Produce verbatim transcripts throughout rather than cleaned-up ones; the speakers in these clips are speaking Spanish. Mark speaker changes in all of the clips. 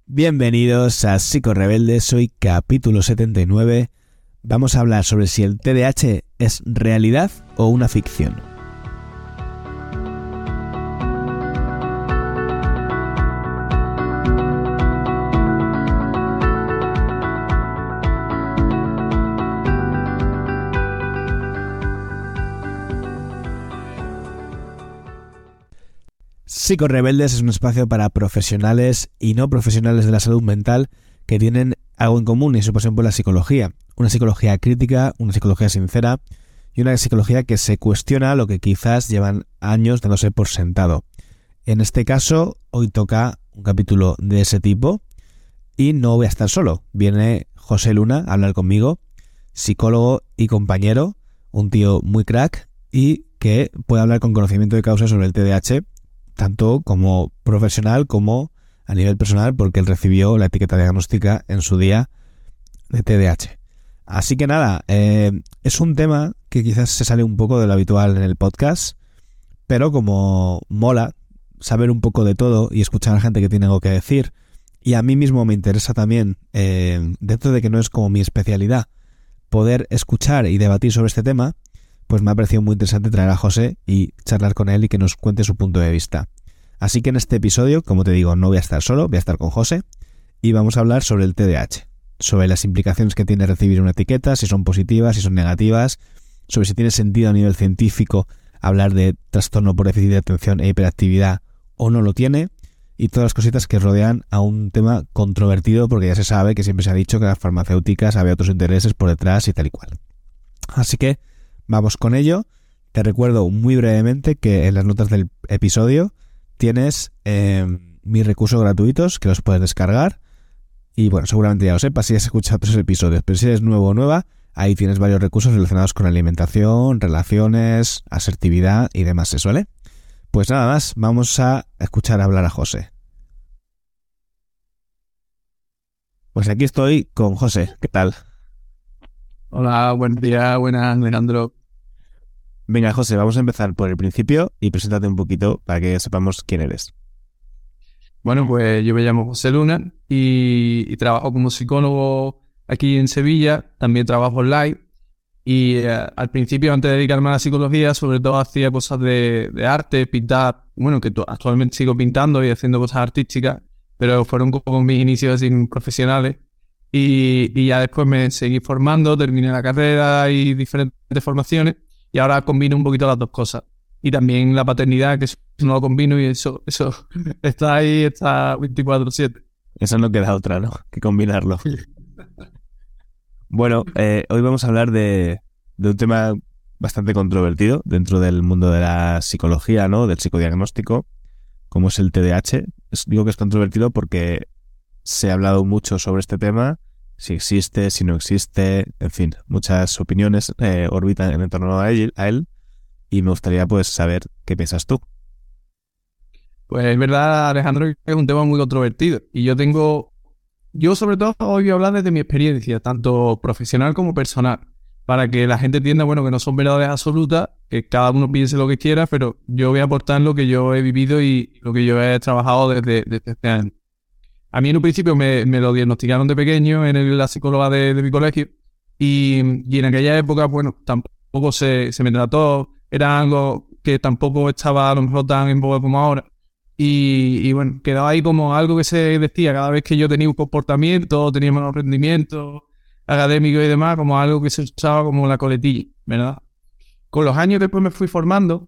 Speaker 1: Bienvenidos a Psicorebeldes, hoy capítulo setenta y nueve. Vamos a hablar sobre si el T D A H es realidad o una ficción. Psicorebeldes es un espacio para profesionales y no profesionales de la salud mental que tienen algo en común y su pasión por la psicología. Una psicología crítica, una psicología sincera y una psicología que se cuestiona lo que quizás llevan años dándose por sentado. En este caso, hoy toca un capítulo de ese tipo y no voy a estar solo. Viene José Luna a hablar conmigo, psicólogo y compañero, un tío muy crack y que puede hablar con conocimiento de causa sobre el T D A H, tanto como profesional como a nivel personal, porque él recibió la etiqueta diagnóstica en su día de T D A H. Así que nada, eh, es un tema que quizás se sale un poco de lo habitual en el podcast, pero como mola saber un poco de todo y escuchar a gente que tiene algo que decir, y a mí mismo me interesa también, eh, dentro de que no es como mi especialidad, poder escuchar y debatir sobre este tema, pues me ha parecido muy interesante traer a José y charlar con él y que nos cuente su punto de vista. Así que en este episodio, como te digo, no voy a estar solo, voy a estar con José y vamos a hablar sobre el T D A H, sobre las implicaciones que tiene recibir una etiqueta, si son positivas, si son negativas, sobre si tiene sentido a nivel científico hablar de trastorno por déficit de atención e hiperactividad o no lo tiene, y todas las cositas que rodean a un tema controvertido, porque ya se sabe que siempre se ha dicho que las farmacéuticas había otros intereses por detrás y tal y cual. Así que vamos con ello. Te recuerdo muy brevemente que en las notas del episodio tienes eh, mis recursos gratuitos que los puedes descargar. Y bueno, seguramente ya lo sepas si has escuchado otros episodios, pero si eres nuevo o nueva, ahí tienes varios recursos relacionados con alimentación, relaciones, asertividad y demás, ¿se suele? Pues nada más, vamos a escuchar hablar a José. Pues aquí estoy con José, ¿qué tal?
Speaker 2: Hola, buen día, buenas, Alejandro.
Speaker 1: Venga, José, vamos a empezar por el principio y preséntate un poquito para que sepamos quién eres.
Speaker 2: Bueno, pues yo me llamo José Luna y, y trabajo como psicólogo aquí en Sevilla, también trabajo online y eh, al principio, antes de dedicarme a la psicología, sobre todo hacía cosas de, de arte, pintar, bueno, que to- actualmente sigo pintando y haciendo cosas artísticas, pero fueron como mis inicios así profesionales. Y, y ya después me seguí formando, terminé la carrera y diferentes formaciones y ahora combino un poquito las dos cosas. Y también la paternidad, que eso no lo combino y eso eso está ahí, está veinticuatro siete.
Speaker 1: Eso no queda otra, ¿no? Que combinarlo. Bueno, eh, hoy vamos a hablar de, de un tema bastante controvertido dentro del mundo de la psicología, ¿no? Del psicodiagnóstico, como es el T D A H. Es, digo que es controvertido porque se ha hablado mucho sobre este tema, si existe, si no existe, en fin, muchas opiniones eh, orbitan en torno a él, a él, y me gustaría pues saber qué piensas tú.
Speaker 2: Pues es verdad, Alejandro, que es un tema muy controvertido. Y yo tengo, yo sobre todo hoy voy a hablar desde mi experiencia, tanto profesional como personal, para que la gente entienda, bueno, que no son verdades absolutas, que cada uno piense lo que quiera, pero yo voy a aportar lo que yo he vivido y lo que yo he trabajado desde, desde este año. A mí en un principio me, me lo diagnosticaron de pequeño en el, la psicóloga de, de mi colegio y, y en aquella época, bueno, tampoco se, se me trató, era algo que tampoco estaba a lo mejor tan en boga como ahora. Y, y bueno, quedaba ahí como algo que se decía cada vez que yo tenía un comportamiento, tenía malos rendimientos académicos y demás, como algo que se usaba como la coletilla, ¿verdad? Con los años después me fui formando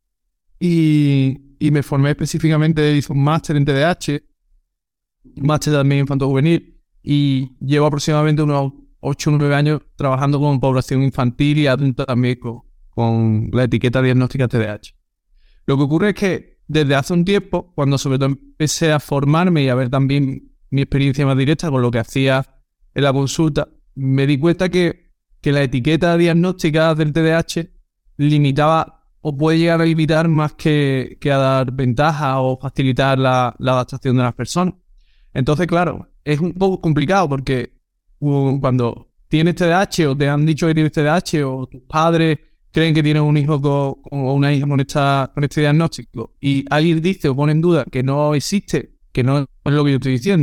Speaker 2: y, y me formé específicamente, hice un máster en T D A H, un máster también infanto-juvenil y llevo aproximadamente unos ocho o nueve años trabajando con población infantil y adulta también con, con la etiqueta diagnóstica T D A H. Lo que ocurre es que desde hace un tiempo, cuando sobre todo empecé a formarme y a ver también mi experiencia más directa con lo que hacía en la consulta, me di cuenta que, que la etiqueta diagnóstica del T D A H limitaba o puede llegar a limitar más que, que a dar ventaja o facilitar la, la adaptación de las personas. Entonces, claro, es un poco complicado porque uh, cuando tienes T D A H o te han dicho que tienes T D A H o tus padres creen que tienes un hijo con, o una hija con, esta, con este diagnóstico y alguien dice o pone en duda que no existe, que no es lo que yo estoy diciendo, ¿eh?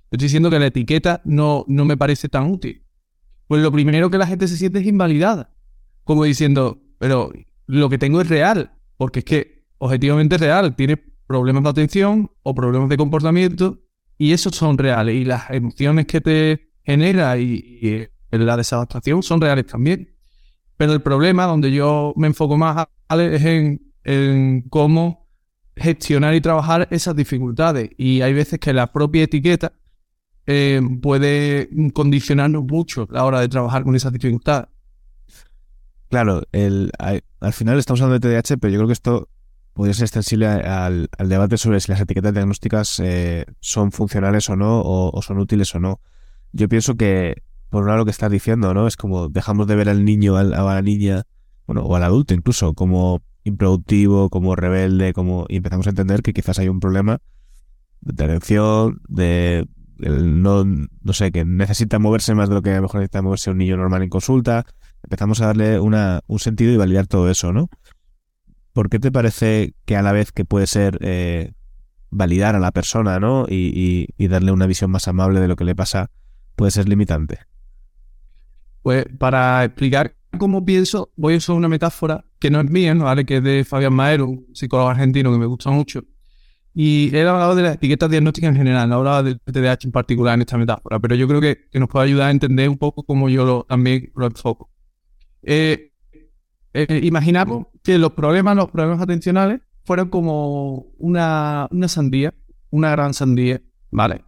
Speaker 2: Estoy diciendo que la etiqueta no, no me parece tan útil. Pues lo primero que la gente se siente es invalidada. Como diciendo, pero lo que tengo es real. Porque es que objetivamente es real. Tienes problemas de atención o problemas de comportamiento y esos son reales. Y las emociones que te genera y, y la desadaptación son reales también. Pero el problema donde yo me enfoco más, ¿vale?, es en, en cómo gestionar y trabajar esas dificultades. Y hay veces que la propia etiqueta eh, puede condicionarnos mucho a la hora de trabajar con esas dificultades.
Speaker 1: Claro, el, al, al final estamos hablando de T D A H, pero yo creo que esto podría ser extensible al, al debate sobre si las etiquetas diagnósticas eh, son funcionales o no, o, o son útiles o no. Yo pienso que, por un lado, lo que estás diciendo, ¿no? Es como dejamos de ver al niño al, o a la niña, bueno, o al adulto incluso, como improductivo, como rebelde, como y empezamos a entender que quizás hay un problema de atención, de el no, no sé, que necesita moverse más de lo que a lo mejor necesita moverse un niño normal en consulta. Empezamos a darle una, un sentido y validar todo eso, ¿no? ¿Por qué te parece que a la vez que puede ser eh, validar a la persona, ¿no? Y, y, y darle una visión más amable de lo que le pasa, puede ser limitante?
Speaker 2: Pues para explicar cómo pienso, voy a usar una metáfora que no es mía, ¿no? ¿Vale? Que es de Fabián Maero, un psicólogo argentino que me gusta mucho. Y él ha hablado de las etiquetas diagnósticas en general, no ha hablado del T D A H en particular en esta metáfora, pero yo creo que, que nos puede ayudar a entender un poco cómo yo lo, también lo enfoco. Eh, eh, imaginamos que los problemas, los problemas atencionales fueran como una, una sandía, una gran sandía, ¿vale?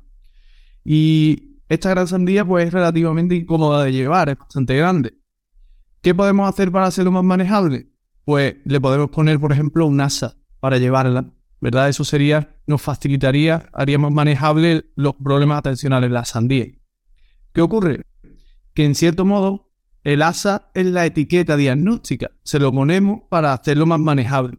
Speaker 2: Y esta gran sandía pues es relativamente incómoda de llevar, es bastante grande. ¿Qué podemos hacer para hacerlo más manejable? Pues le podemos poner, por ejemplo, un asa para llevarla, ¿verdad? Eso sería, nos facilitaría, haría más manejable los problemas atencionales, la sandía. ¿Qué ocurre? Que en cierto modo el asa es la etiqueta diagnóstica, se lo ponemos para hacerlo más manejable.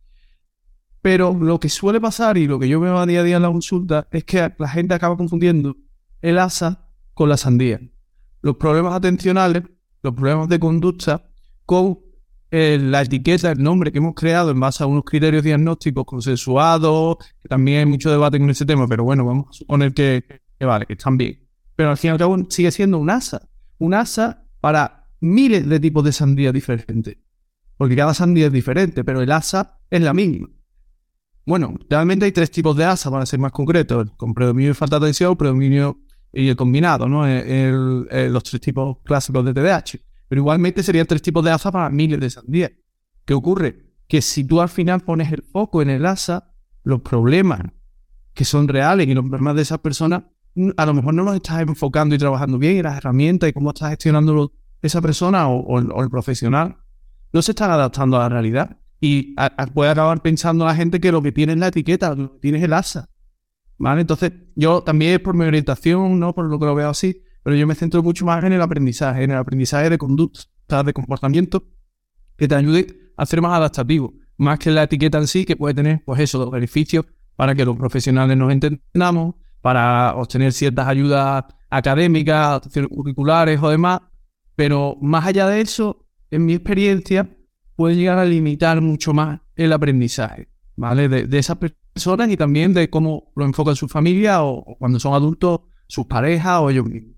Speaker 2: Pero lo que suele pasar y lo que yo veo a día a día en la consulta es que la gente acaba confundiendo el asa con la sandía. Los problemas atencionales, los problemas de conducta, con eh, la etiqueta, el nombre que hemos creado en base a unos criterios diagnósticos consensuados, que también hay mucho debate en ese tema, pero bueno, vamos a suponer que, que vale, que están bien. Pero al fin y al cabo sigue siendo un asa. Un asa para miles de tipos de sandía diferentes. Porque cada sandía es diferente, pero el asa es la misma. Bueno, realmente hay tres tipos de asa, para ser más concretos, con predominio y falta de atención, predominio y el combinado, ¿no? El, el, el, los tres tipos clásicos de T D A H. Pero igualmente serían tres tipos de asa para miles de sandías. ¿Qué ocurre? Que si tú al final pones el foco en el asa, los problemas que son reales y los problemas de esas personas, a lo mejor no los estás enfocando y trabajando bien, y las herramientas y cómo estás gestionando esa persona o, o, el, o el profesional no se están adaptando a la realidad. Y a, a, puede acabar pensando la gente que lo que tiene es la etiqueta, lo que tiene es el asa, ¿vale? Entonces, yo también es por mi orientación, no por lo que lo veo así, pero yo me centro mucho más en el aprendizaje, en el aprendizaje de conducta, de comportamiento, que te ayude a ser más adaptativo, más que la etiqueta en sí, que puede tener, pues eso, los beneficios para que los profesionales nos entendamos, para obtener ciertas ayudas académicas, adaptaciones curriculares o demás, pero más allá de eso, en mi experiencia, puede llegar a limitar mucho más el aprendizaje, ¿vale? De, de esas personas y también de cómo lo enfocan su familia o, o cuando son adultos, sus parejas o ellos mismos.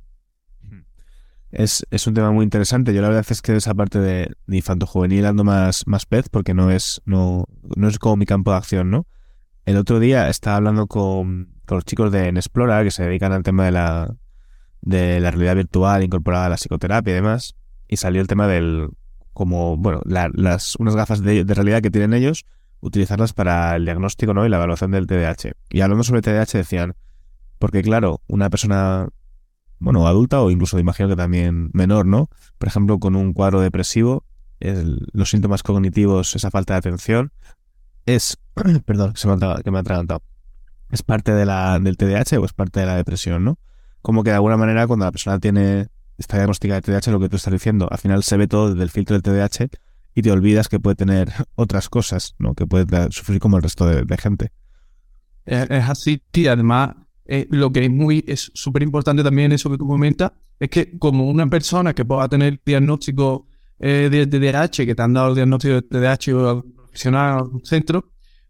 Speaker 1: Es, es un tema muy interesante. Yo la verdad es que esa parte de, de infanto-juvenil ando más, más pez porque no es, no, no es como mi campo de acción, ¿no? El otro día estaba hablando con, con los chicos de Enexplora, que se dedican al tema de la, de la realidad virtual incorporada a la psicoterapia y demás, y salió el tema del como, bueno, la, las unas gafas de, de realidad que tienen ellos, utilizarlas para el diagnóstico, ¿no? Y la evaluación del T D A H. Y hablando sobre T D A H decían, porque claro, una persona, bueno, adulta o incluso imagino que también menor, ¿no? Por ejemplo, con un cuadro depresivo, el, los síntomas cognitivos, esa falta de atención, es, perdón, que, se me ha, que me ha atragantado, ¿es parte de la, del T D A H o es parte de la depresión, ¿no? Como que de alguna manera cuando la persona tiene esta diagnóstica de T D A H, lo que tú estás diciendo, al final se ve todo desde el filtro del T D A H y te olvidas que puede tener otras cosas, ¿no? Que puede sufrir como el resto de, de gente.
Speaker 2: Es, es así, y además eh, lo que es muy es súper importante también eso que tú comentas, es que como una persona que pueda tener diagnóstico eh, de T D A H, que te han dado el diagnóstico de T D A H o al profesional o al centro,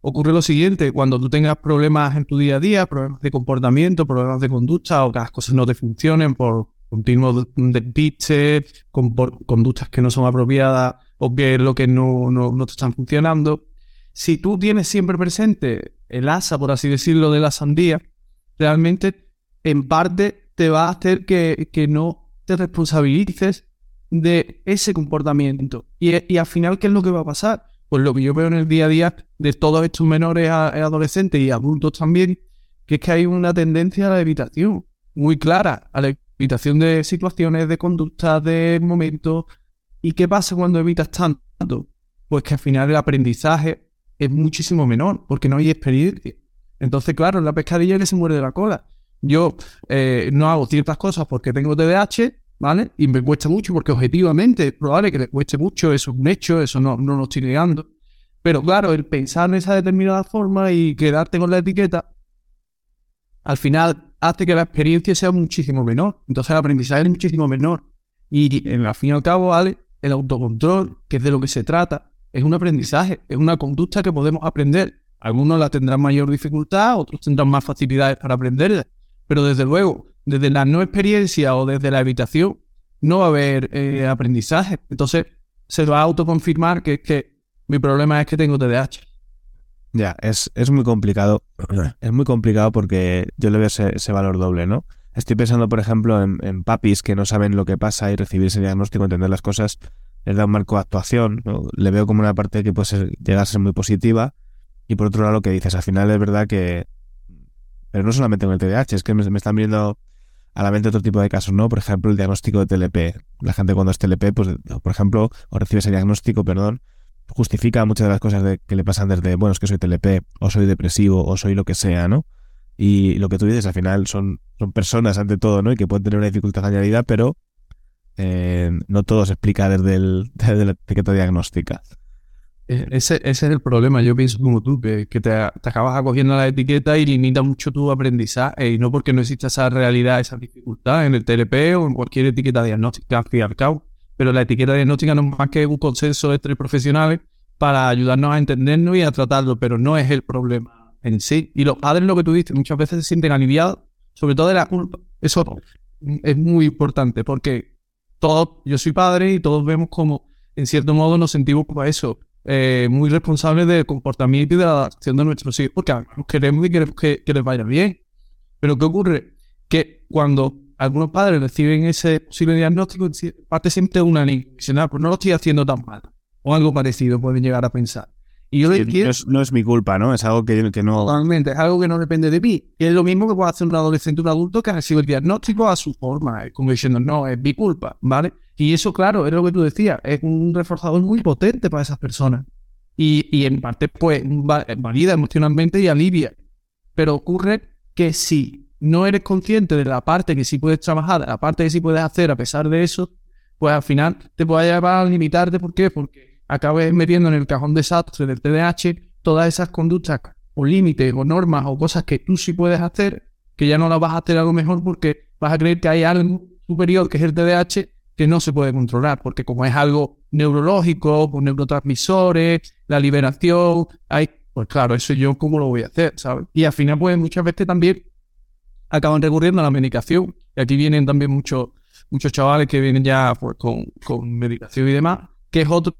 Speaker 2: ocurre lo siguiente: cuando tú tengas problemas en tu día a día, problemas de comportamiento, problemas de conducta, o que las cosas no te funcionen por continuos despistes, con por conductas que no son apropiadas o que lo que no, no, no te están funcionando, si tú tienes siempre presente el asa, por así decirlo, de la sandía, realmente en parte te va a hacer que, que no te responsabilices de ese comportamiento. Y, y al final, ¿qué es lo que va a pasar? Pues lo que yo veo en el día a día de todos estos menores, a, a adolescentes y adultos también, que es que hay una tendencia a la evitación muy clara, a la evitación de situaciones, de conductas, de momentos. ¿Y qué pasa cuando evitas tanto? Pues que al final el aprendizaje es muchísimo menor, porque no hay experiencia. Entonces, claro, es la pescadilla que se muerde la cola. Yo eh, no hago ciertas cosas porque tengo T D A H, ¿vale? Y me cuesta mucho porque objetivamente es probable que le cueste mucho, eso es un hecho, eso no, no lo estoy negando. Pero claro, el pensar en esa determinada forma y quedarte con la etiqueta, al final hace que la experiencia sea muchísimo menor. Entonces el aprendizaje es muchísimo menor. Y al fin y al cabo, ¿vale? El autocontrol, que es de lo que se trata, es un aprendizaje, es una conducta que podemos aprender. Algunos la tendrán mayor dificultad, otros tendrán más facilidades para aprenderla. Pero desde luego, desde la no experiencia o desde la evitación, no va a haber eh, aprendizaje. Entonces, se va a autoconfirmar que es que mi problema es que tengo T D A H.
Speaker 1: Ya, es, es muy complicado. Es muy complicado porque yo le veo ese, ese valor doble, ¿no? Estoy pensando, por ejemplo, en, en papis que no saben lo que pasa y recibir ese diagnóstico, entender las cosas, les da un marco de actuación, ¿no? Le veo como una parte que puede ser, llegar a ser muy positiva. Y por otro lado, lo que dices, al final es verdad que... Pero no solamente con el T D A H, es que me, me están viendo a la mente otro tipo de casos, ¿no? Por ejemplo, el diagnóstico de T L P. La gente cuando es T L P, pues, por ejemplo, o recibe ese diagnóstico, perdón, justifica muchas de las cosas de, que le pasan desde, bueno, es que soy T L P, o soy depresivo, o soy lo que sea, ¿no? Y lo que tú dices, al final son, son personas ante todo, ¿no? Y que pueden tener una dificultad añadida, pero eh, no todo se explica desde, el, desde la etiqueta diagnóstica.
Speaker 2: Ese, ese es el problema. Yo pienso como tú, que, que te, te acabas acogiendo a la etiqueta y limita mucho tu aprendizaje, y no porque no exista esa realidad, esa dificultad en el T L P o en cualquier etiqueta diagnóstica, al fin y al cabo. Pero la etiqueta diagnóstica no es más que un consenso entre profesionales para ayudarnos a entendernos y a tratarlo, pero no es el problema en sí. Y los padres, lo que tú dices, muchas veces se sienten aliviados, sobre todo de la culpa. Eso es muy importante, porque todos, yo soy padre y todos vemos como, en cierto modo, nos sentimos como eso, Eh, muy responsables del comportamiento y de la adaptación de nuestros hijos, porque además queremos y queremos que, que les vaya bien. Pero ¿qué ocurre? Que cuando algunos padres reciben ese posible diagnóstico, parte siempre de una niña, dicen, ah, pues no lo estoy haciendo tan mal, o algo parecido pueden llegar a pensar. Y yo
Speaker 1: sí,
Speaker 2: quiero,
Speaker 1: no, es, no es mi culpa, ¿no? Es algo que, que no...
Speaker 2: Totalmente, es algo que no depende de mí. Y es lo mismo que puede hacer un adolescente o un adulto que ha recibido el diagnóstico a su forma, como diciendo, no, es mi culpa, ¿vale? Y eso, claro, es lo que tú decías, es un reforzador muy potente para esas personas. Y, y en parte, pues, valida emocionalmente y alivia. Pero ocurre que si no eres consciente de la parte que sí puedes trabajar, de la parte que sí puedes hacer a pesar de eso, pues al final te puede llevar a limitarte. ¿Por qué? Porque acabes metiendo en el cajón desastre del T D A H todas esas conductas o límites o normas o cosas que tú sí puedes hacer, que ya no las vas a hacer a lo mejor porque vas a creer que hay algo superior, que es el T D A H, que no se puede controlar, porque como es algo neurológico, con neurotransmisores, la liberación, hay, pues claro, eso yo cómo lo voy a hacer, ¿sabes? Y al final, pues muchas veces también acaban recurriendo a la medicación, y aquí vienen también muchos muchos chavales que vienen ya pues con, con medicación y demás, que es otro,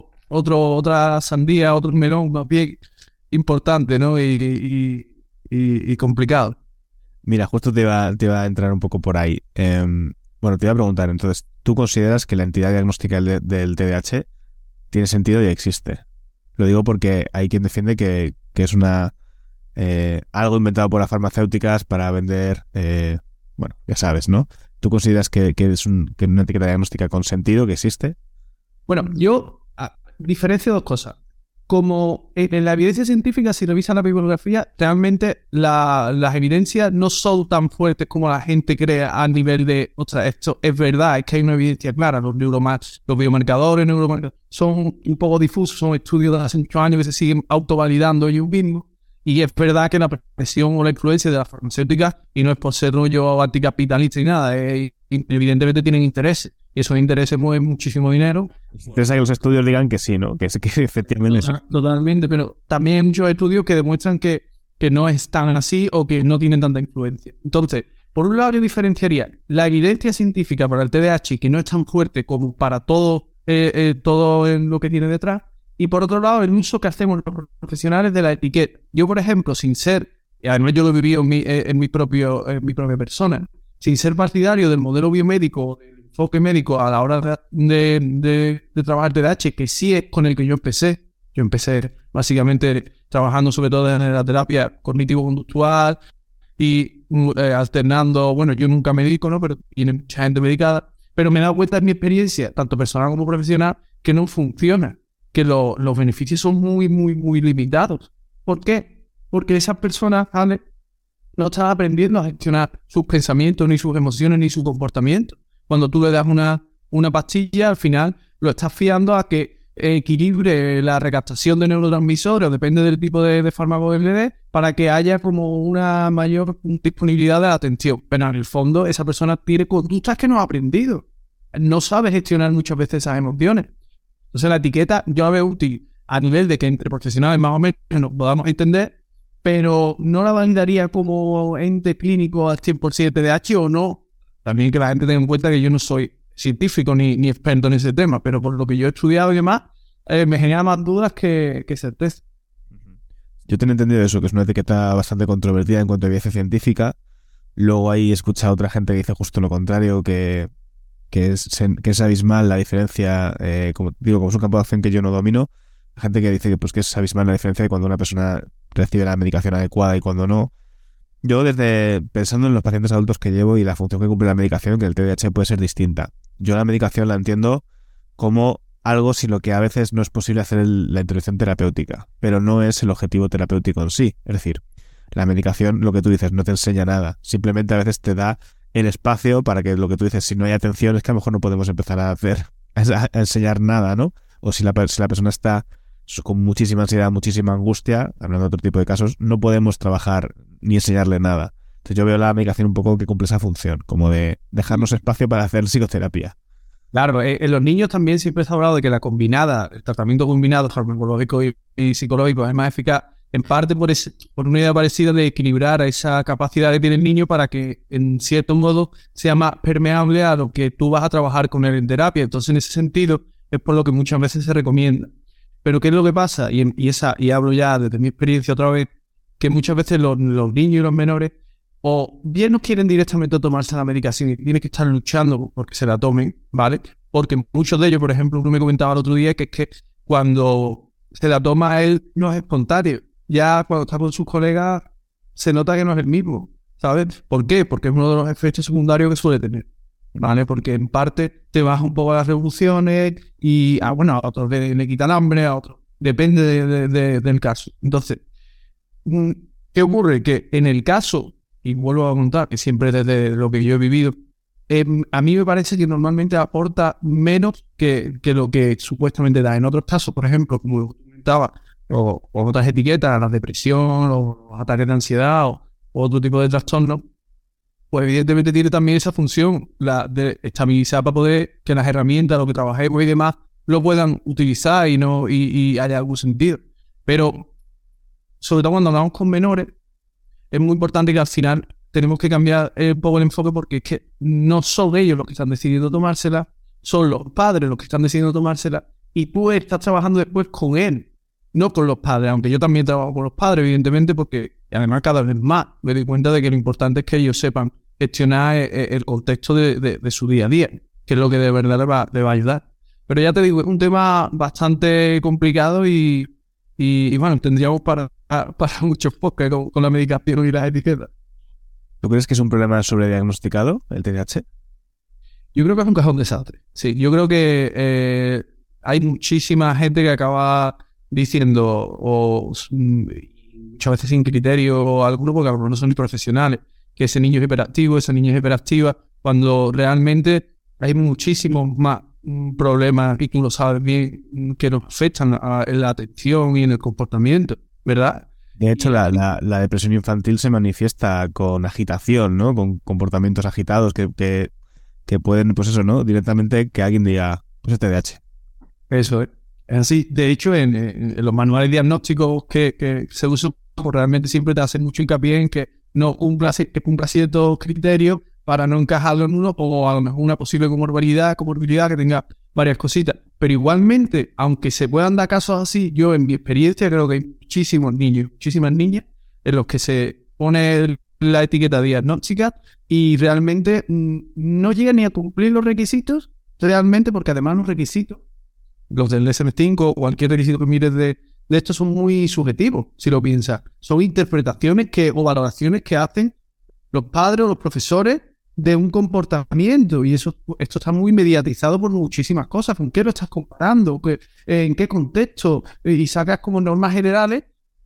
Speaker 2: otro otra sandía, otro melón más bien importante, ¿no? Y, y, y, y complicado.
Speaker 1: Mira, justo te iba, te iba a entrar un poco por ahí. Eh, bueno, te iba a preguntar, entonces, ¿tú consideras que la entidad diagnóstica del, del T D A H tiene sentido y existe? Lo digo porque hay quien defiende que, que es una eh, algo inventado por las farmacéuticas para vender, eh, bueno, ya sabes, ¿no? ¿Tú consideras que, que es un, que una etiqueta diagnóstica con sentido, que existe?
Speaker 2: Bueno, yo a, diferencio dos cosas. Como en, en la evidencia científica, si revisas la bibliografía, realmente la, las evidencias no son tan fuertes como la gente cree a nivel de, ostras, esto es verdad, es que hay una evidencia clara. Los neuromas, los biomarcadores, neuromarcadores son un poco difusos, son estudios de hace muchos años que se siguen autovalidando ellos mismos. Y es verdad que la presión o la influencia de las farmacéuticas, y no es por ser rollo anticapitalista y nada, es, evidentemente tienen intereses. y esos intereses mueven muchísimo dinero.
Speaker 1: Interesa que los estudios digan que sí, ¿no? Que, que efectivamente
Speaker 2: Total, totalmente, pero también hay muchos estudios que demuestran que, que no es tan así o que no tienen tanta influencia. Entonces, por un lado yo diferenciaría la evidencia científica para el T D A H, que no es tan fuerte como para todo, eh, eh, todo lo que tiene detrás, y por otro lado el uso que hacemos los profesionales de la etiqueta. Yo, por ejemplo, sin ser, y además yo lo he vivido en mi, en mi, propio, en mi propia persona, sin ser partidario del modelo biomédico, del enfoque médico a la hora de, de, de, de trabajar T D A H, que sí es con el que yo empecé. Yo empecé básicamente trabajando sobre todo en la terapia cognitivo-conductual y eh, alternando, bueno, yo nunca medico, ¿no? Pero tiene mucha gente medicada, pero me he dado cuenta en mi experiencia, tanto personal como profesional, que no funciona, que lo, los beneficios son muy, muy, muy limitados. ¿Por qué? Porque esas personas, Ale, no están aprendiendo a gestionar sus pensamientos, ni sus emociones, ni su comportamiento. Cuando tú le das una, una pastilla, al final lo estás fiando a que equilibre la recaptación de neurotransmisores, depende del tipo de, de fármaco que le dé, para que haya como una mayor disponibilidad de la atención. Pero en el fondo esa persona tiene conductas que no ha aprendido. No sabe gestionar muchas veces esas emociones. Entonces la etiqueta yo la veo útil a nivel de que entre profesionales más o menos nos podamos entender, pero no la validaría como ente clínico al cien por ciento de T D A H o no. También que la gente tenga en cuenta que yo no soy científico ni, ni experto en ese tema, pero por lo que yo he estudiado y demás, eh, me genera más dudas que, que certeza.
Speaker 1: Yo tengo entendido eso, que es una etiqueta bastante controvertida en cuanto a evidencia científica. Luego ahí he escuchado a otra gente que dice justo lo contrario, que, que, es, que es abismal la diferencia, eh, como digo, como es un campo de acción que yo no domino, gente que dice que, pues, que es abismal la diferencia de cuando una persona recibe la medicación adecuada y cuando no. Yo desde pensando en los pacientes adultos que llevo y la función que cumple la medicación, que el T D A H puede ser distinta. Yo la medicación la entiendo como algo sin lo que a veces no es posible hacer el, la intervención terapéutica, pero no es el objetivo terapéutico en sí. Es decir, la medicación, lo que tú dices, no te enseña nada. Simplemente a veces te da el espacio para que lo que tú dices, si no hay atención, es que a lo mejor no podemos empezar a hacer, a, a enseñar nada, ¿no? O si la, si la persona está con muchísima ansiedad, muchísima angustia, hablando de otro tipo de casos, no podemos trabajar ni enseñarle nada. Entonces yo veo la medicación un poco que cumple esa función, como de dejarnos espacio para hacer psicoterapia.
Speaker 2: Claro, eh, en los niños también siempre se ha hablado de que la combinada, el tratamiento combinado farmacológico y, y psicológico es más eficaz, en parte por, ese, por una idea parecida de equilibrar esa capacidad que tiene el niño para que, en cierto modo, sea más permeable a lo que tú vas a trabajar con él en terapia. Entonces, en ese sentido, es por lo que muchas veces se recomienda. Pero ¿qué es lo que pasa? Y, y, esa, y hablo ya desde mi experiencia otra vez, que muchas veces los, los niños y los menores o bien no quieren directamente tomarse la medicación y tienen que estar luchando porque se la tomen, ¿vale? Porque muchos de ellos, por ejemplo, uno me comentaba el otro día que es que cuando se la toma él no es espontáneo. Ya cuando está con sus colegas se nota que no es el mismo, ¿sabes? ¿Por qué? Porque es uno de los efectos secundarios que suele tener, ¿vale? Porque en parte te baja un poco las revoluciones y, ah, bueno, a otros le, le quitan hambre, a otros. Depende de, de, de, del caso. Entonces, ¿qué ocurre? Que en el caso, y vuelvo a contar que siempre desde lo que yo he vivido, eh, a mí me parece que normalmente aporta menos que, que lo que supuestamente da. En otros casos, por ejemplo, como comentaba, o, o otras etiquetas, la depresión, o los ataques de ansiedad, o, o otro tipo de trastorno, pues evidentemente tiene también esa función, la de estabilizar para poder que las herramientas, lo que trabajemos y demás, lo puedan utilizar y no y, y haya algún sentido. Pero, sobre todo cuando hablamos con menores, es muy importante que al final tenemos que cambiar un poco el enfoque porque es que no son ellos los que están decidiendo tomársela, son los padres los que están decidiendo tomársela y tú estás trabajando después con él, no con los padres, aunque yo también trabajo con los padres, evidentemente, porque además cada vez más me doy cuenta de que lo importante es que ellos sepan gestionar el contexto de, de, de su día a día, que es lo que de verdad les va, les va a ayudar. Pero ya te digo, es un tema bastante complicado y, y, y bueno, tendríamos para, para muchos podcasts con, con la medicación y las etiquetas.
Speaker 1: ¿Tú crees que es un problema sobrediagnosticado, el T D A H?
Speaker 2: Yo creo que es un cajón desastre. Sí, yo creo que eh, hay muchísima gente que acaba diciendo, o muchas veces sin criterio, o algunos porque a lo mejor no son ni profesionales, que ese niño es hiperactivo, esa niña es hiperactiva, cuando realmente hay muchísimos más problemas, y tú lo sabes bien, que nos afectan a, en la atención y en el comportamiento, ¿verdad?
Speaker 1: De hecho, la, la, la depresión infantil se manifiesta con agitación, ¿no? Con comportamientos agitados que, que, que pueden, pues eso, ¿no? Directamente que alguien diga, pues es T D A H.
Speaker 2: Eso es. Es así. De hecho, en, en, en los manuales diagnósticos que, que se usan, pues realmente siempre te hacen mucho hincapié en que no cumpla, que cumpla ciertos criterios para no encajarlo en uno, o a lo mejor una posible comorbilidad, comorbilidad que tenga varias cositas. Pero igualmente, aunque se puedan dar casos así, yo en mi experiencia creo que hay muchísimos niños, muchísimas niñas en los que se pone el, la etiqueta diagnóstica y realmente mmm, no llegan ni a cumplir los requisitos, realmente, porque además los requisitos, los del D S M cinco o cualquier requisito que mires de, de estos son muy subjetivos, si lo piensas. Son interpretaciones que o valoraciones que hacen los padres o los profesores de un comportamiento, y eso esto está muy mediatizado por muchísimas cosas. ¿Con qué lo estás comparando? ¿En qué contexto? Y sacas como normas generales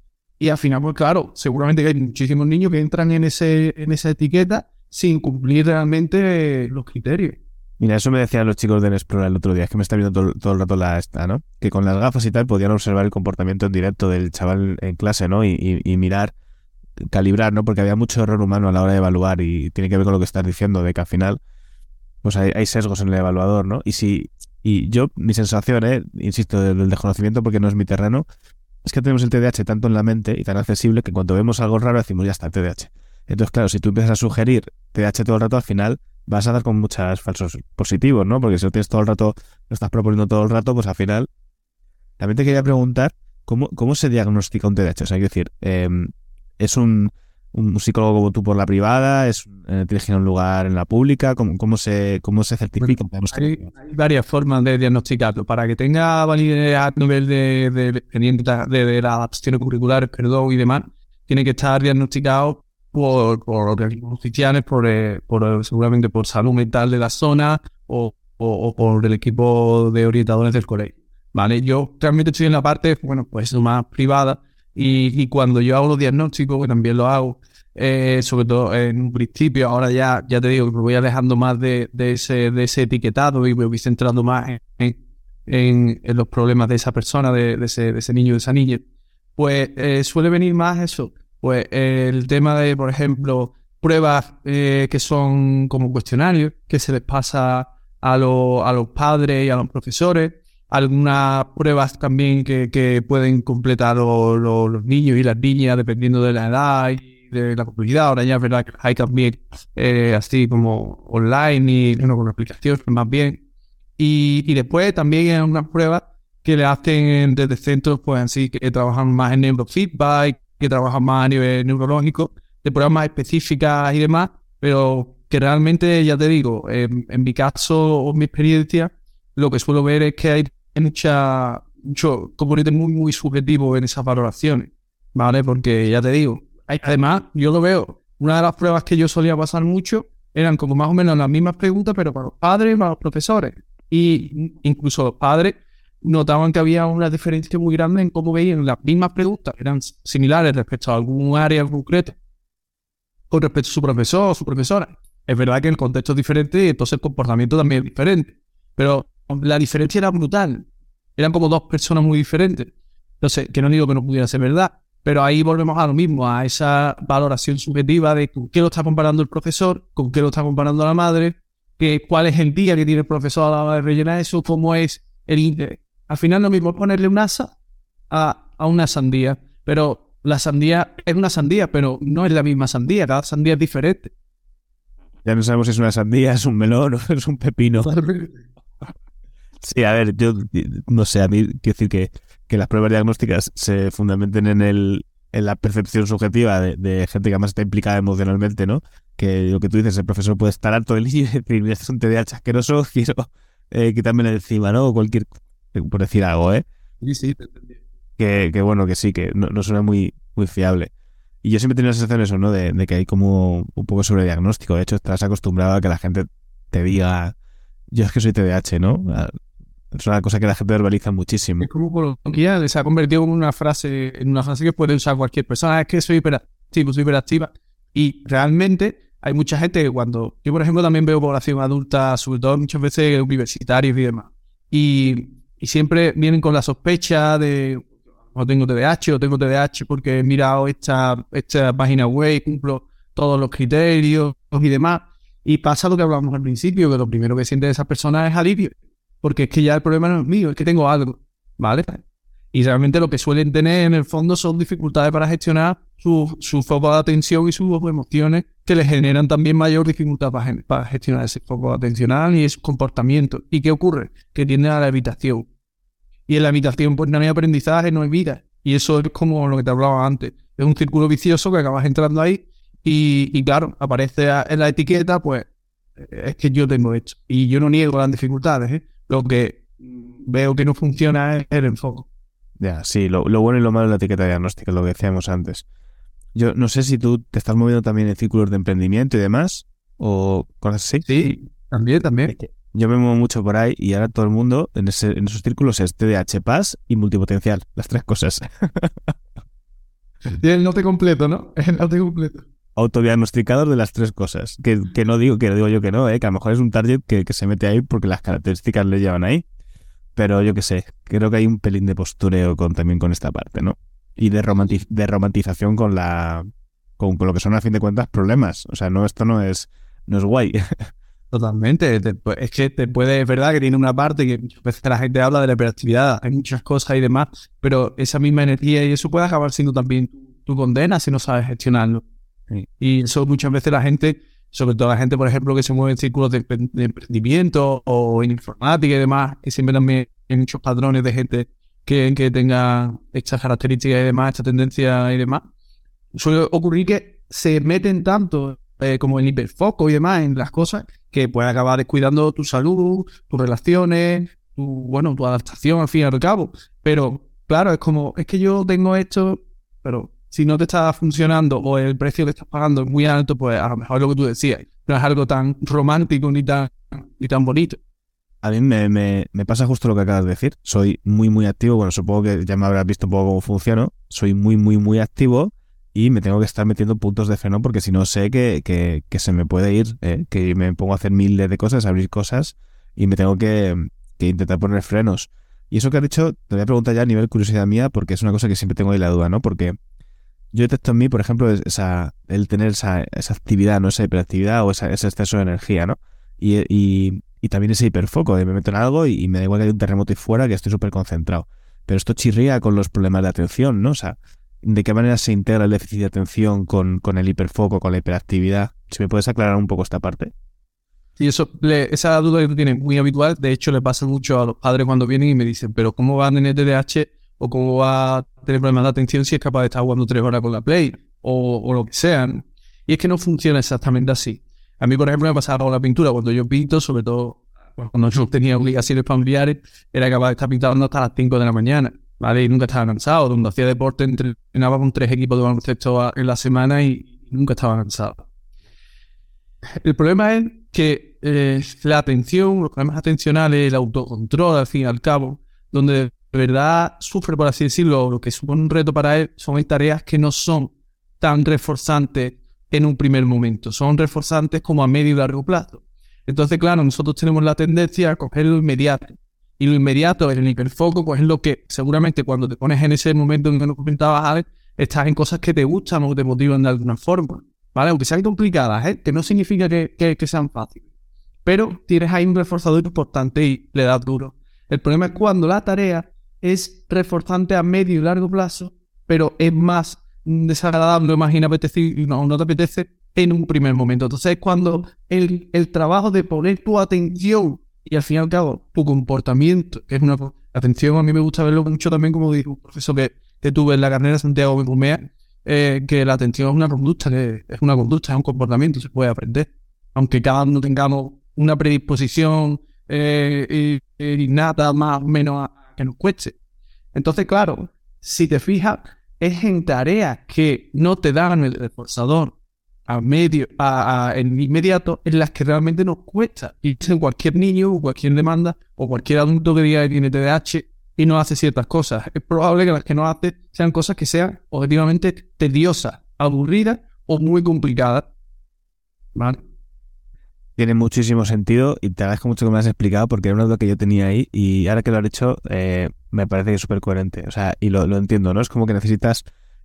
Speaker 2: y al final, pues claro, seguramente que hay muchísimos niños que entran en ese en esa etiqueta sin cumplir realmente los criterios.
Speaker 1: Mira, eso me decían los chicos del Explora el otro día, es que me está viendo todo, todo el rato la esta, ¿no? Que con las gafas y tal podían observar el comportamiento en directo del chaval en clase, ¿no? Y, y, y mirar, calibrar, ¿no? Porque había mucho error humano a la hora de evaluar y tiene que ver con lo que estás diciendo, de que al final pues hay, hay sesgos en el evaluador, ¿no? Y si y yo, mi sensación, ¿eh? Insisto, del desconocimiento porque no es mi terreno, es que tenemos el T D A H tanto en la mente y tan accesible que cuando vemos algo raro decimos, ya está, T D A H. Entonces, claro, si tú empiezas a sugerir T D A H todo el rato, al final vas a dar con muchos falsos positivos, ¿no? Porque si lo tienes todo el rato, lo estás proponiendo todo el rato, pues al final... También te quería preguntar, ¿cómo, cómo se diagnostica un T D A H? O sea, quiero decir, eh, ¿es un, un psicólogo como tú por la privada? ¿Es eh, tienes que ir a un lugar en la pública? ¿Cómo, cómo, se, cómo se certifica?
Speaker 2: Bueno, hay, hay varias formas de diagnosticarlo. Para que tenga validez a nivel de, de, de, de, de las acciones curriculares, perdón, y demás, tiene que estar diagnosticado por, por organismos oficiales, por, eh, por seguramente por salud mental de la zona o, o, o por el equipo de orientadores del colegio, ¿vale? Yo realmente estoy en la parte, bueno, pues más privada y, y cuando yo hago los diagnósticos, que también lo hago, eh, sobre todo en un principio, ahora ya, ya te digo que me voy alejando más de, de, ese, de ese etiquetado y me voy centrando más en, en, en, en los problemas de esa persona, de, de, ese, de ese niño, de esa niña, pues eh, suele venir más eso. Pues eh, el tema de, por ejemplo, pruebas eh, que son como cuestionarios que se les pasa a, lo, a los padres y a los profesores, algunas pruebas también que, que pueden completar lo, lo, los niños y las niñas dependiendo de la edad y de la comunidad. Ahora ya es verdad que hay también eh, así como online y bueno, con aplicaciones más bien. Y, y después también hay unas pruebas que le hacen desde centros pues así que trabajan más en neurofeedback, que trabajan más a nivel neurológico, de pruebas más específicas y demás, pero que realmente, ya te digo, eh, en mi caso o mi experiencia, lo que suelo ver es que hay mucha, mucho componente muy, muy subjetivo en esas valoraciones, ¿vale? Porque, ya te digo, hay, además, yo lo veo, una de las pruebas que yo solía pasar mucho eran como más o menos las mismas preguntas, pero para los padres y para los profesores. Y incluso los padres notaban que había una diferencia muy grande en cómo veían las mismas preguntas, eran similares respecto a algún área en concreto, con respecto a su profesor o su profesora. Es verdad que el contexto es diferente y entonces el comportamiento también es diferente, pero la diferencia era brutal. Eran como dos personas muy diferentes. Entonces, que no digo que no pudiera ser verdad, pero ahí volvemos a lo mismo, a esa valoración subjetiva de con qué lo está comparando el profesor, con qué lo está comparando la madre, que, cuál es el día que tiene el profesor a la hora de rellenar eso, cómo es el interés. Al final lo mismo es ponerle un asa a, a una sandía, pero la sandía es una sandía, pero no es la misma sandía, cada sandía es diferente.
Speaker 1: Ya no sabemos si es una sandía, es un melón o es un pepino. Sí, a ver, yo no sé, a mí quiero decir que, que las pruebas diagnósticas se fundamenten en el en la percepción subjetiva de, de gente que además está implicada emocionalmente, ¿no? Que lo que tú dices, el profesor puede estar harto del niño y decir, mira, este es un T D A H asqueroso, quiero eh, quitármelo de encima, ¿no? O cualquier, por decir algo, ¿eh?
Speaker 2: Sí, sí, te entendí.
Speaker 1: Que, que bueno, que sí, que no, no suena muy, muy fiable. Y yo siempre he tenido la sensación eso, ¿no? De, de que hay como un poco sobre diagnóstico. De hecho, estás acostumbrado a que la gente te diga, yo es que soy T D A H, ¿no? Es una cosa que la gente verbaliza muchísimo.
Speaker 2: Es como coloquial, se ha convertido en una frase, en una frase que puede usar cualquier persona. Es que soy hiperactivo, soy hiperactiva. Y realmente hay mucha gente que cuando... Yo, por ejemplo, también veo población adulta, sobre todo muchas veces universitarios y demás. Y, y siempre vienen con la sospecha de... O tengo T D A H, o tengo T D A H porque he mirado esta, esta página web, cumplo todos los criterios y demás. Y pasa lo que hablábamos al principio, que lo primero que sienten esas personas es alivio, porque es que ya el problema no es mío, es que tengo algo, ¿vale? Y realmente lo que suelen tener en el fondo son dificultades para gestionar su, su foco de atención y sus emociones, que les generan también mayor dificultad para, para gestionar ese foco atencional y ese comportamiento. ¿Y qué ocurre? Que tienden a la evitación. Y en la evitación pues no hay aprendizaje, no hay vida. Y eso es como lo que te hablaba antes. Es un círculo vicioso que acabas entrando ahí y, y claro, aparece en la etiqueta, pues es que yo tengo esto. Y yo no niego las dificultades, ¿eh? Lo que veo que no funciona es el enfoque.
Speaker 1: Ya, sí, lo, lo bueno y lo malo de la etiqueta diagnóstica, lo que decíamos antes. Yo no sé si tú te estás moviendo también en círculos de emprendimiento y demás, o cosas así.
Speaker 2: Sí, también, también.
Speaker 1: Yo me muevo mucho por ahí y ahora todo el mundo en, ese, en esos círculos es T D A H, P A S y multipotencial, las tres cosas.
Speaker 2: Y el note completo, ¿no? El note completo.
Speaker 1: Autodiagnosticador de las tres cosas. Que, que no digo, que digo yo que no, ¿eh? Que a lo mejor es un target que, que se mete ahí porque las características le llevan ahí. Pero yo qué sé, creo que hay un pelín de postureo con, también con esta parte, ¿no? Y de, romanti- de romantización con la con, con lo que son, a fin de cuentas, problemas. O sea, no, esto no es, no es guay.
Speaker 2: Totalmente. Te, es que te puede, es verdad que tiene una parte que muchas veces la gente habla de la hiperactividad, hay muchas cosas y demás, pero esa misma energía y eso puede acabar siendo también tu, tu condena si no sabes gestionarlo. Sí. Y eso muchas veces la gente, sobre todo la gente, por ejemplo, que se mueve en círculos de, de emprendimiento o en informática y demás, que siempre también hay muchos patrones de gente que, que tenga estas características y demás, esta tendencia y demás. Suele ocurrir que se meten tanto eh, como en hiperfoco y demás en las cosas que puede acabar descuidando tu salud, tus relaciones, tu, bueno, tu adaptación al fin y al cabo. Pero claro, es como, es que yo tengo esto, pero si no te está funcionando o el precio que estás pagando es muy alto, pues a lo mejor es lo que tú decías, no es algo tan romántico ni tan, ni tan bonito.
Speaker 1: A mí me, me, me pasa justo lo que acabas de decir. Soy muy, muy activo. Bueno, supongo que ya me habrás visto un poco cómo funciono. Soy muy, muy, muy activo y me tengo que estar metiendo puntos de freno porque si no sé que, que, que se me puede ir, ¿eh? Que me pongo a hacer miles de cosas, a abrir cosas y me tengo que, que intentar poner frenos. Y eso que has dicho, te voy a preguntar ya a nivel curiosidad mía porque es una cosa que siempre tengo ahí la duda, ¿no? Porque yo detecto en mí, por ejemplo, esa, el tener esa, esa actividad, ¿no? Esa hiperactividad o esa, ese exceso de energía, ¿no? Y, y, y también ese hiperfoco de me meto en algo y, y me da igual que haya un terremoto ahí fuera, que estoy súper concentrado. Pero esto chirría con los problemas de atención, ¿no? O sea, ¿de qué manera se integra el déficit de atención con, con el hiperfoco, con la hiperactividad? Si me puedes aclarar un poco esta parte.
Speaker 2: Sí, eso, le, esa duda que tú tienes muy habitual. De hecho, le pasa mucho a los padres cuando vienen y me dicen, pero ¿cómo va a tener T D A H o cómo va a tener problemas de atención si es capaz de estar jugando tres horas con la Play o, o lo que sea, ¿no? Y es que no funciona exactamente así. A mí, por ejemplo, me pasaba con la pintura. Cuando yo pinto, sobre todo cuando yo tenía obligaciones familiares, era capaz de estar pintando hasta las cinco de la mañana, ¿vale? Y nunca estaba cansado. Cuando hacía deporte, entrenaba con tres equipos de baloncesto en la semana y nunca estaba cansado. El problema es que eh, la atención, los problemas atencionales, el autocontrol, al fin y al cabo, donde de verdad sufre, por así decirlo, lo que supone un reto para él, son tareas que no son tan reforzantes en un primer momento, son reforzantes como a medio y largo plazo. Entonces, claro, nosotros tenemos la tendencia a coger lo inmediato. Y lo inmediato, en el hiperfoco, pues es lo que seguramente cuando te pones en ese momento en que nos comentabas, Alex, estás en cosas que te gustan o que te motivan de alguna forma, ¿vale? Aunque sean complicadas, ¿eh? Que no significa que, que, que sean fáciles. Pero tienes ahí un reforzador importante y le das duro. El problema es cuando la tarea es reforzante a medio y largo plazo, pero es más desagradable, más inapetecible, no, no te apetece en un primer momento. Entonces es cuando el, el trabajo de poner tu atención y al fin y al cabo tu comportamiento, que es una atención, a mí me gusta verlo mucho también, como dijo un profesor que, que tuve en la carrera, Santiago Benjumea, eh, que la atención es una conducta, que es una conducta, es un comportamiento, se puede aprender. Aunque cada uno tengamos una predisposición eh, innata más o menos a, a que nos cueste. Entonces, claro, si te fijas, es en tareas que no te dan el reforzador a medio, a, a, en inmediato, en las que realmente nos cuesta. Y en cualquier niño o cualquier demanda o cualquier adulto que diga que tiene T D A H y no hace ciertas cosas, es probable que las que no hace sean cosas que sean objetivamente tediosas, aburridas o muy complicadas. ¿Vale?
Speaker 1: Tiene muchísimo sentido y te agradezco mucho que me has explicado porque era una duda que yo tenía ahí y ahora que lo has hecho eh, me parece que es súper coherente. O sea, y lo, lo entiendo, ¿no? Es como que necesitas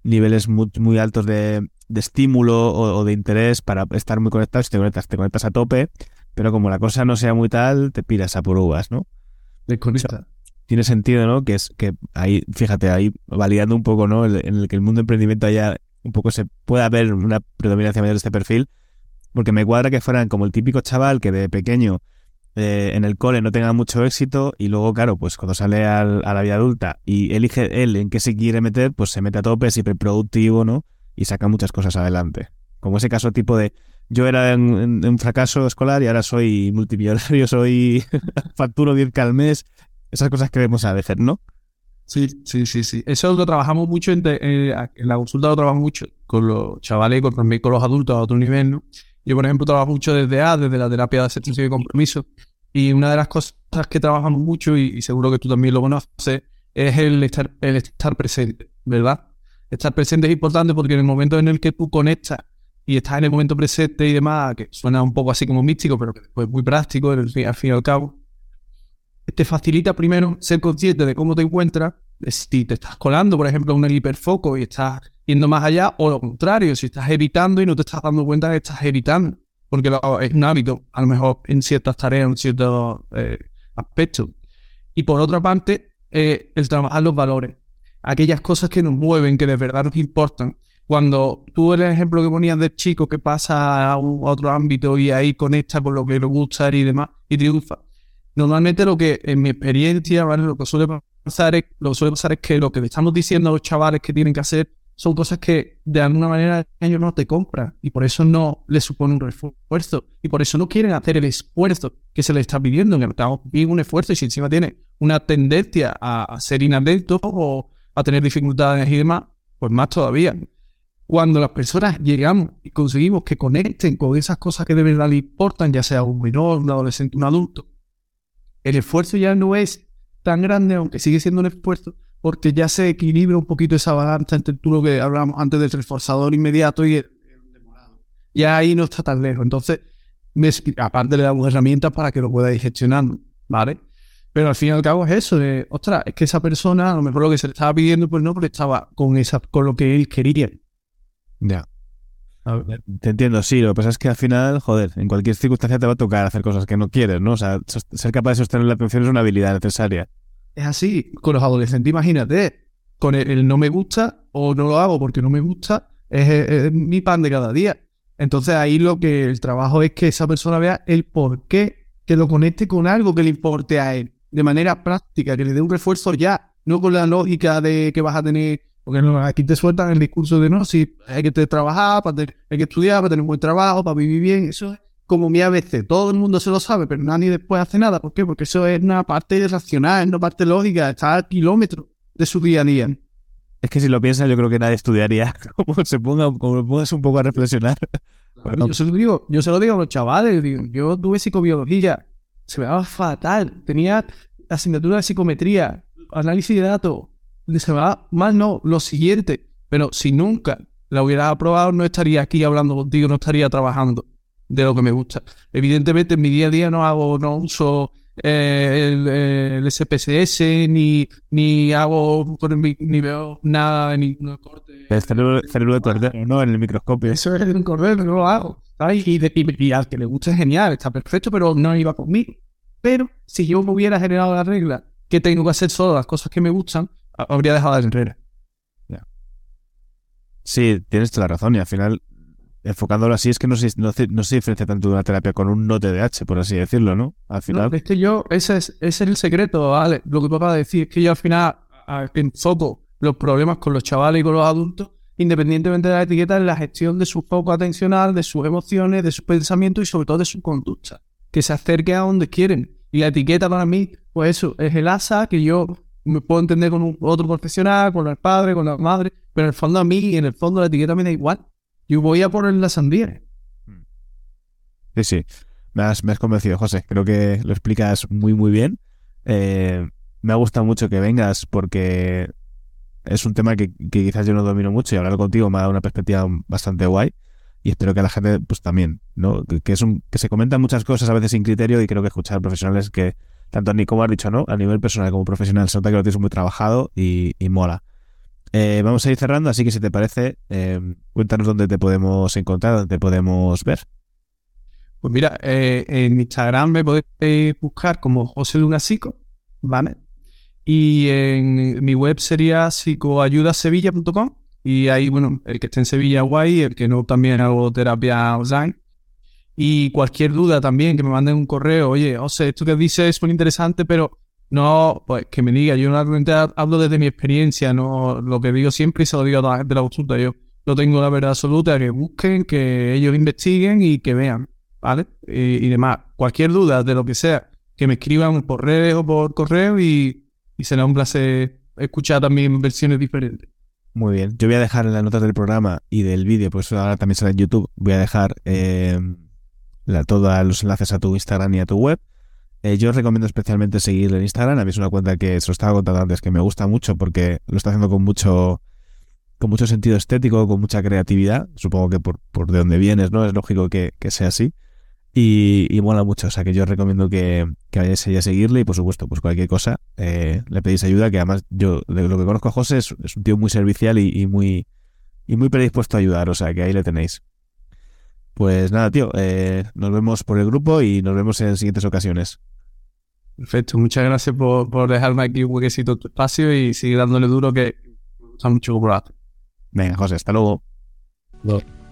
Speaker 1: niveles muy, muy altos de, de estímulo o, o de interés para estar muy conectado. Si te conectas, te conectas a tope, pero como la cosa no sea muy tal, te piras a por uvas, ¿no?
Speaker 2: Desconecta.
Speaker 1: Tiene sentido, ¿no? Que es que ahí, fíjate, ahí validando un poco, ¿no? El, en el que el mundo de emprendimiento haya un poco se pueda haber una predominancia mayor de este perfil, porque me cuadra que fueran como el típico chaval que de pequeño eh, en el cole no tenga mucho éxito y luego, claro, pues cuando sale al, a la vida adulta y elige él en qué se quiere meter, pues se mete a tope, es hiperproductivo, ¿no? Y saca muchas cosas adelante. Como ese caso tipo de yo era un, un fracaso escolar y ahora soy multimillonario, soy facturo diez k al mes, esas cosas que vemos a veces, ¿no?
Speaker 2: Sí, sí, sí, sí. Eso lo trabajamos mucho en, te- eh, en la consulta, lo trabajamos mucho con los chavales y con, también con los adultos a otro nivel, ¿no? Yo, por ejemplo, trabajo mucho desde A, desde la terapia de aceptación y compromiso. Y una de las cosas que trabajamos mucho, y, y seguro que tú también lo conoces, es el estar, el estar presente, ¿verdad? Estar presente es importante porque en el momento en el que tú conectas y estás en el momento presente y demás, que suena un poco así como místico, pero que después es muy práctico, al fin, al fin y al cabo, te facilita primero ser consciente de cómo te encuentras, de si te estás colando, por ejemplo, en un hiperfoco y estás yendo más allá, o lo contrario, si estás evitando y no te estás dando cuenta que estás evitando, porque lo- es un hábito, a lo mejor en ciertas tareas, en ciertos eh, aspectos. Y por otra parte, eh, el trabajar los valores, aquellas cosas que nos mueven, que de verdad nos importan. Cuando tú el ejemplo que ponías del chico que pasa a, un, a otro ámbito y ahí conecta con lo que le gusta y demás, y triunfa. Normalmente lo que, en mi experiencia, ¿vale? Lo que suele pasar es, lo que suele pasar es que lo que le estamos diciendo a los chavales que tienen que hacer son cosas que de alguna manera ellos no te compran y por eso no les supone un refuerzo y por eso no quieren hacer el esfuerzo que se les está pidiendo, que estamos pidiendo un esfuerzo y si encima tiene una tendencia a, a ser inadepto o a tener dificultades y demás, pues más todavía. Cuando las personas llegamos y conseguimos que conecten con esas cosas que de verdad les importan, ya sea un menor, un adolescente, un adulto, el esfuerzo ya no es tan grande, aunque sigue siendo un esfuerzo, porque ya se equilibra un poquito esa balanza entre tú lo que hablábamos antes del reforzador inmediato y el, el demorado. Ya ahí no está tan lejos. Entonces, me, aparte le damos herramientas para que lo pueda ir gestionando, ¿vale? Pero al fin y al cabo es eso, de, ostras, es que esa persona, a lo mejor lo que se le estaba pidiendo, pues no, porque estaba con, esa, con lo que él quería.
Speaker 1: Ya. Te entiendo, sí. Lo que pasa es que al final, joder, en cualquier circunstancia te va a tocar hacer cosas que no quieres, ¿no? O sea, ser capaz de sostener la atención es una habilidad necesaria.
Speaker 2: Es así. Con los adolescentes, imagínate, con el, el no me gusta o no lo hago porque no me gusta, es, es, es mi pan de cada día. Entonces ahí lo que el trabajo es que esa persona vea el por qué, que lo conecte con algo que le importe a él, de manera práctica, que le dé un refuerzo ya, no con la lógica de que vas a tener. Porque no, aquí te sueltan el discurso de no, si hay que trabajar, para tener, hay que estudiar, para tener un buen trabajo, para vivir bien. Eso es como mi A B C. Todo el mundo se lo sabe, pero nadie después hace nada. ¿Por qué? Porque eso es una parte racional, es una parte lógica. Está a kilómetros de su día a día.
Speaker 1: Es que si lo piensas, yo creo que nadie estudiaría. Como se ponga, como lo pongas un poco a reflexionar.
Speaker 2: Bueno, yo se lo digo, yo se lo digo a los chavales. Digo, yo tuve psicobiología, se me daba fatal. Tenía asignatura de psicometría, análisis de datos. Se me daba mal, no, lo siguiente. Pero si nunca la hubiera aprobado, no estaría aquí hablando contigo, no estaría trabajando de lo que me gusta. Evidentemente, en mi día a día no hago, no uso eh, el, el S P S S, ni, ni hago, ni veo nada de ningún corte.
Speaker 1: El cerebro, cerebro de cordero, ¿no? En el microscopio.
Speaker 2: Eso es un cordero, no lo hago. ¿Sabes? Y, de, y, y al que le guste es genial, está perfecto, pero no iba conmigo. Pero si yo me hubiera generado la regla que tengo que hacer solo las cosas que me gustan, habría dejado la carrera.
Speaker 1: Yeah. Sí, tienes toda la razón y al final, enfocándolo así, es que no se, no, no se diferencia tanto de una terapia con un no T D A H, por así decirlo, ¿no? Al final...
Speaker 2: No, es que yo, ese es, ese es el secreto, ¿vale? Lo que tú acabas de decir, es que yo al final a, enfoco los problemas con los chavales y con los adultos, independientemente de la etiqueta, en la gestión de su foco atencional, de sus emociones, de sus pensamientos y sobre todo de su conducta. Que se acerque a donde quieren. Y la etiqueta para mí, pues eso, es el asa que yo me puedo entender con un, otro profesional, con el padre, con la madre, pero en el fondo a mí, en el fondo la etiqueta me da igual. Yo voy a poner la sandía.
Speaker 1: Sí, sí. Me has, me has convencido, José. Creo que lo explicas muy, muy bien. Eh, me ha gustado mucho que vengas porque es un tema que, que quizás yo no domino mucho y hablar contigo me ha dado una perspectiva bastante guay y espero que a la gente pues también, ¿no? Que, que, es un, que se comentan muchas cosas a veces sin criterio y creo que escuchar a profesionales que, tanto ni como has dicho, ¿no? A nivel personal como profesional, se nota que lo tienes muy trabajado y, y mola. eh, vamos a ir cerrando, así que si te parece, eh, cuéntanos dónde te podemos encontrar, dónde te podemos ver.
Speaker 2: Pues mira, eh, en Instagram me podéis buscar como José Luna Psico, ¿vale? Y en mi web sería psicoayudasevilla punto com. Y ahí, bueno, el que esté en Sevilla, guay, el que no, también hago terapia online. Y cualquier duda también, que me manden un correo. Oye, José, esto que dices es muy interesante, pero no, pues que me diga. Yo normalmente hablo desde mi experiencia, no lo que digo siempre y se lo digo a toda la gente de la consulta. Yo no tengo la verdad absoluta, que busquen, que ellos investiguen y que vean, ¿vale? Y, y demás. Cualquier duda de lo que sea, que me escriban por redes o por correo y, y será un placer escuchar también versiones diferentes.
Speaker 1: Muy bien. Yo voy a dejar en las notas del programa y del vídeo, pues ahora también será en YouTube, voy a dejar eh, la, todos los enlaces a tu Instagram y a tu web. Eh, yo os recomiendo especialmente seguirle en Instagram. A mí es una cuenta que se lo estaba contando antes, que me gusta mucho porque lo está haciendo con mucho con mucho sentido estético, con mucha creatividad. Supongo que por, por de donde vienes, ¿no? Es lógico que, que sea así. Y, y mola mucho, o sea que yo os recomiendo que, que vayáis ahí a seguirle y por supuesto, pues cualquier cosa, eh, le pedís ayuda, que además yo, de lo que conozco a José, es, es un tío muy servicial y, y muy y muy predispuesto a ayudar, o sea que ahí le tenéis. Pues nada, tío, eh, nos vemos por el grupo y nos vemos en siguientes ocasiones.
Speaker 2: Perfecto, muchas gracias por, por dejarme aquí un huequecito en tu espacio y seguir dándole duro, que me gusta mucho como lo haces.
Speaker 1: Venga, José, hasta luego.
Speaker 2: No.